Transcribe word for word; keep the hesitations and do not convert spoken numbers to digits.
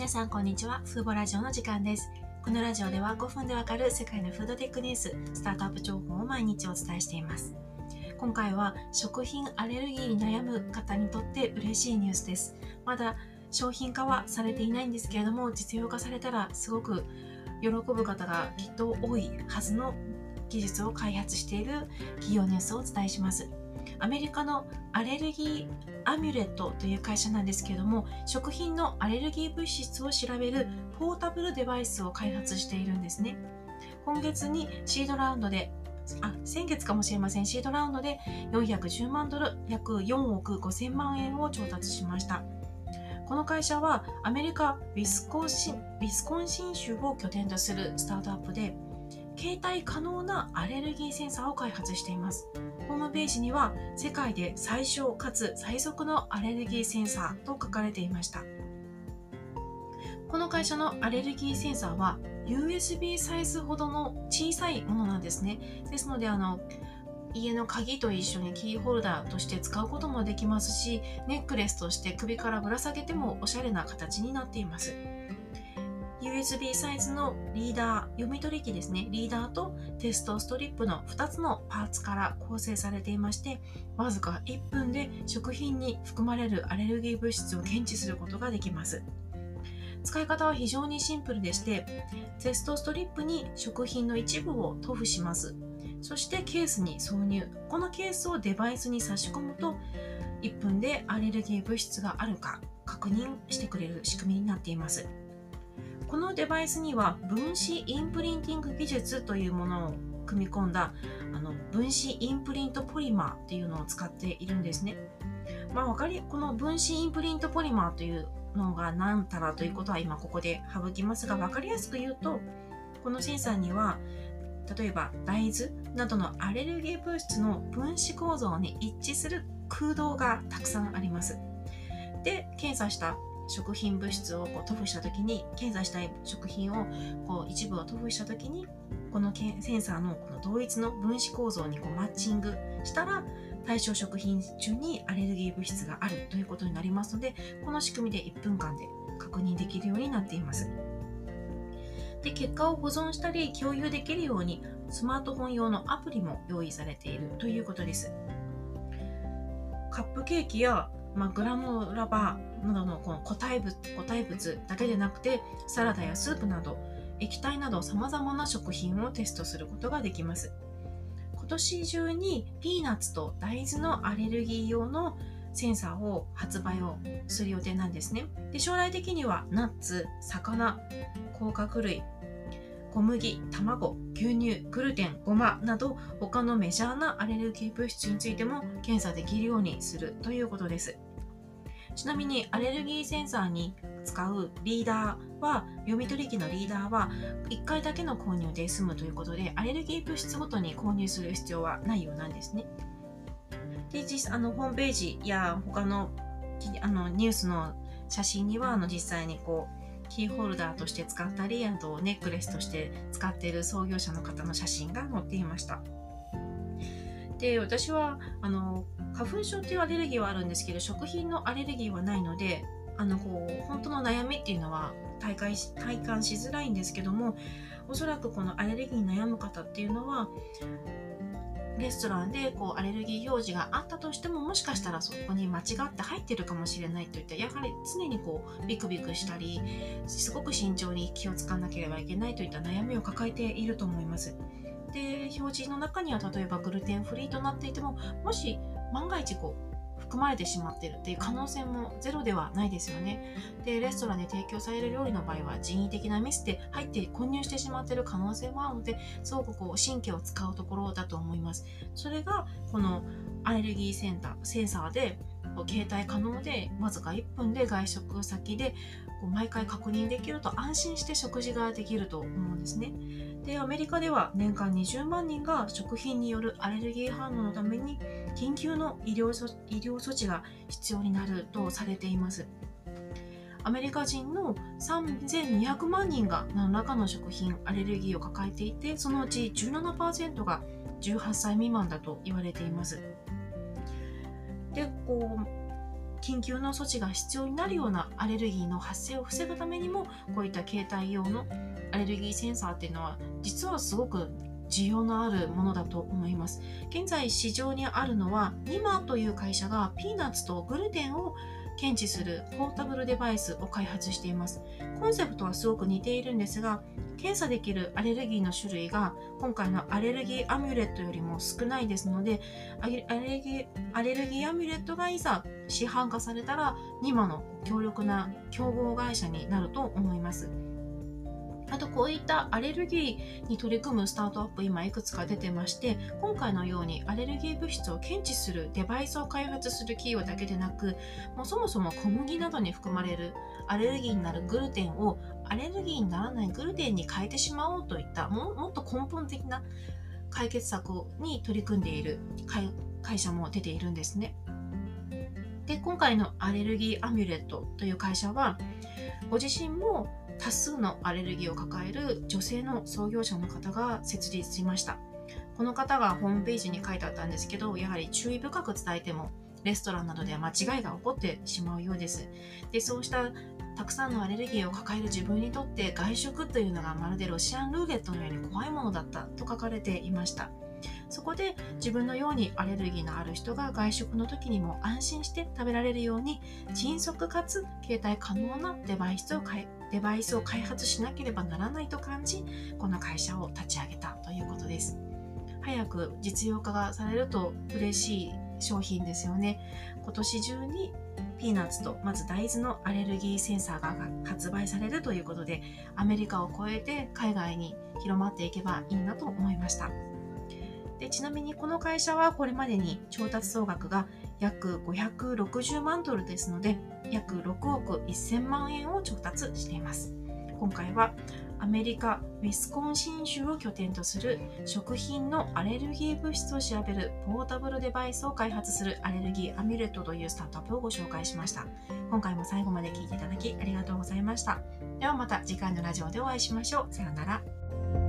さんこんにちは。フーボラジオの時間です。このラジオではごふんでわかる世界のフードテックニュース、スタートアップ情報を毎日お伝えしています。今回は食品アレルギーに悩む方にとって嬉しいニュースです。まだ商品化はされていないんですけれども、実用化されたらすごく喜ぶ方がきっと多いはずの技術を開発している企業ニュースをお伝えします。アメリカのアレルギーアミュレットという会社なんですけれども、食品のアレルギー物質を調べるポータブルデバイスを開発しているんですね。今月にシードラウンドであ、先月かもしれません、シードラウンドでよんひゃくじゅうまんドル、約よんおくごせんまんえんを調達しました。この会社はアメリカウィスコンシン、ウィスコンシン州を拠点とするスタートアップで、携帯可能なアレルギーセンサーを開発しています。ホームページには世界で最小かつ最速のアレルギーセンサーと書かれていました。この会社のアレルギーセンサーは ユーエスビー サイズほどの小さいものなんですね。ですのであの家の鍵と一緒にキーホルダーとして使うこともできますし、ネックレスとして首からぶら下げてもおしゃれな形になっています。ユーエスビー サイズのリーダー、読み取り機ですね。リーダーとテストストリップのふたつのパーツから構成されていまして、わずかいっぷんで食品に含まれるアレルギー物質を検知することができます。使い方は非常にシンプルでして、テストストリップに食品の一部を塗布します。そしてケースに挿入。このケースをデバイスに差し込むと、いっぷんでアレルギー物質があるか確認してくれる仕組みになっています。このデバイスには分子インプリンティング技術というものを組み込んだあの分子インプリントポリマーっていうのを使っているんですね。まあ、わかりこの分子インプリントポリマーというのが何たらということは今ここで省きますが、わかりやすく言うと、このセンサーには例えば大豆などのアレルギー物質の分子構造に一致する空洞がたくさんあります。で、検査した食品物質をこう塗布したときに、検査したい食品をこう一部を塗布したときに、このセンサーのこの同一の分子構造にこうマッチングしたら、対象食品中にアレルギー物質があるということになりますので、この仕組みでいっぷんかんで確認できるようになっています。で、結果を保存したり共有できるように、スマートフォン用のアプリも用意されているということです。カップケーキやまあ、グラノラバーなどのこの固体物、固体物だけでなくて、サラダやスープなど液体など様々な食品をテストすることができます。今年中にピーナッツと大豆のアレルギー用のセンサーを発売をする予定なんですね。で、将来的にはナッツ、魚、甲殻類、小麦、卵、牛乳、グルテン、ごまなど他のメジャーなアレルギー物質についても検査できるようにするということです。ちなみにアレルギーセンサーに使うリーダーは、読み取り機のリーダーはいっかいだけの購入で済むということで、アレルギー物質ごとに購入する必要はないようなんですね。で、実あのホームページや他のあのニュースの写真にはあの実際にこうキーホルダーとして使ったり、あとネックレスとして使っている創業者の方の写真が載っていました。で、私はあの花粉症っていうアレルギーはあるんですけど、食品のアレルギーはないので、あのこう本当の悩みっていうのは体感し、体感しづらいんですけども、おそらくこのアレルギーに悩む方っていうのは、レストランでこうアレルギー表示があったとしても、もしかしたらそこに間違って入っているかもしれないといった、やはり常にこうビクビクしたり、すごく慎重に気をつかなければいけないといった悩みを抱えていると思います。で、表示の中には例えばグルテンフリーとなっていても、もし万が一こう含まれてしまっているっていう可能性もゼロではないですよね。で、レストランで提供される料理の場合は人為的なミスで入って混入してしまっている可能性もあるので、すごくこう神経を使うところだと思います。それがこのアレルギーセンター、センサーで携帯可能で、わずかいっぷんで外食先でこう毎回確認できると安心して食事ができると思うんですね。で、アメリカでは年間にじゅうまんにんが食品によるアレルギー反応のために緊急の医療措医療措置が必要になるとされています。アメリカ人のさんぜんにひゃくまんにんが何らかの食品アレルギーを抱えていて、そのうち じゅうななパーセント がじゅうはっさい未満だと言われています。で、こう緊急の措置が必要になるようなアレルギーの発生を防ぐためにも、こういった携帯用のアレルギーセンサーっていうのは実はすごく需要のあるものだと思います。現在市場にあるのはニマという会社がピーナッツとグルテンを検知するポータブルデバイスを開発しています。コンセプトはすごく似ているんですが、検査できるアレルギーの種類が今回のアレルギーアミュレットよりも少ないですので、アレルギー、アレルギーアミュレットがいざ市販化されたらニマの強力な競合会社になると思います。あとこういったアレルギーに取り組むスタートアップ今いくつか出てまして、今回のようにアレルギー物質を検知するデバイスを開発する企業だけでなく、もうそもそも小麦などに含まれるアレルギーになるグルテンをアレルギーにならないグルテンに変えてしまおうといったももっと根本的な解決策に取り組んでいる会、会社も出ているんですね。で、今回のアレルギーアミュレットという会社はご自身も多数のアレルギーを抱える女性の創業者の方が設立しました。この方がホームページに書いてあったんですけど、やはり注意深く伝えてもレストランなどでは間違いが起こってしまうようです。で、そうしたたくさんのアレルギーを抱える自分にとって外食というのがまるでロシアンルーレットのように怖いものだったと書かれていました。そこで自分のようにアレルギーのある人が外食の時にも安心して食べられるように迅速かつ携帯可能なデバイスを開デバイスを開発しなければならないと感じ、この会社を立ち上げたということです。早く実用化がされると嬉しい商品ですよね。今年中にピーナッツとまず大豆のアレルギーセンサーが発売されるということで、アメリカを超えて海外に広まっていけばいいなと思いました。で、ちなみにこの会社はこれまでに調達総額が約ごひゃくろくじゅうまんドルですので、約ろくおくせんまんえんを調達しています。今回はアメリカ・ウィスコンシン州を拠点とする食品のアレルギー物質を調べるポータブルデバイスを開発するアレルギーアミュレットというスタートアップをご紹介しました。今回も最後まで聞いていただきありがとうございました。ではまた次回のラジオでお会いしましょう。さようなら。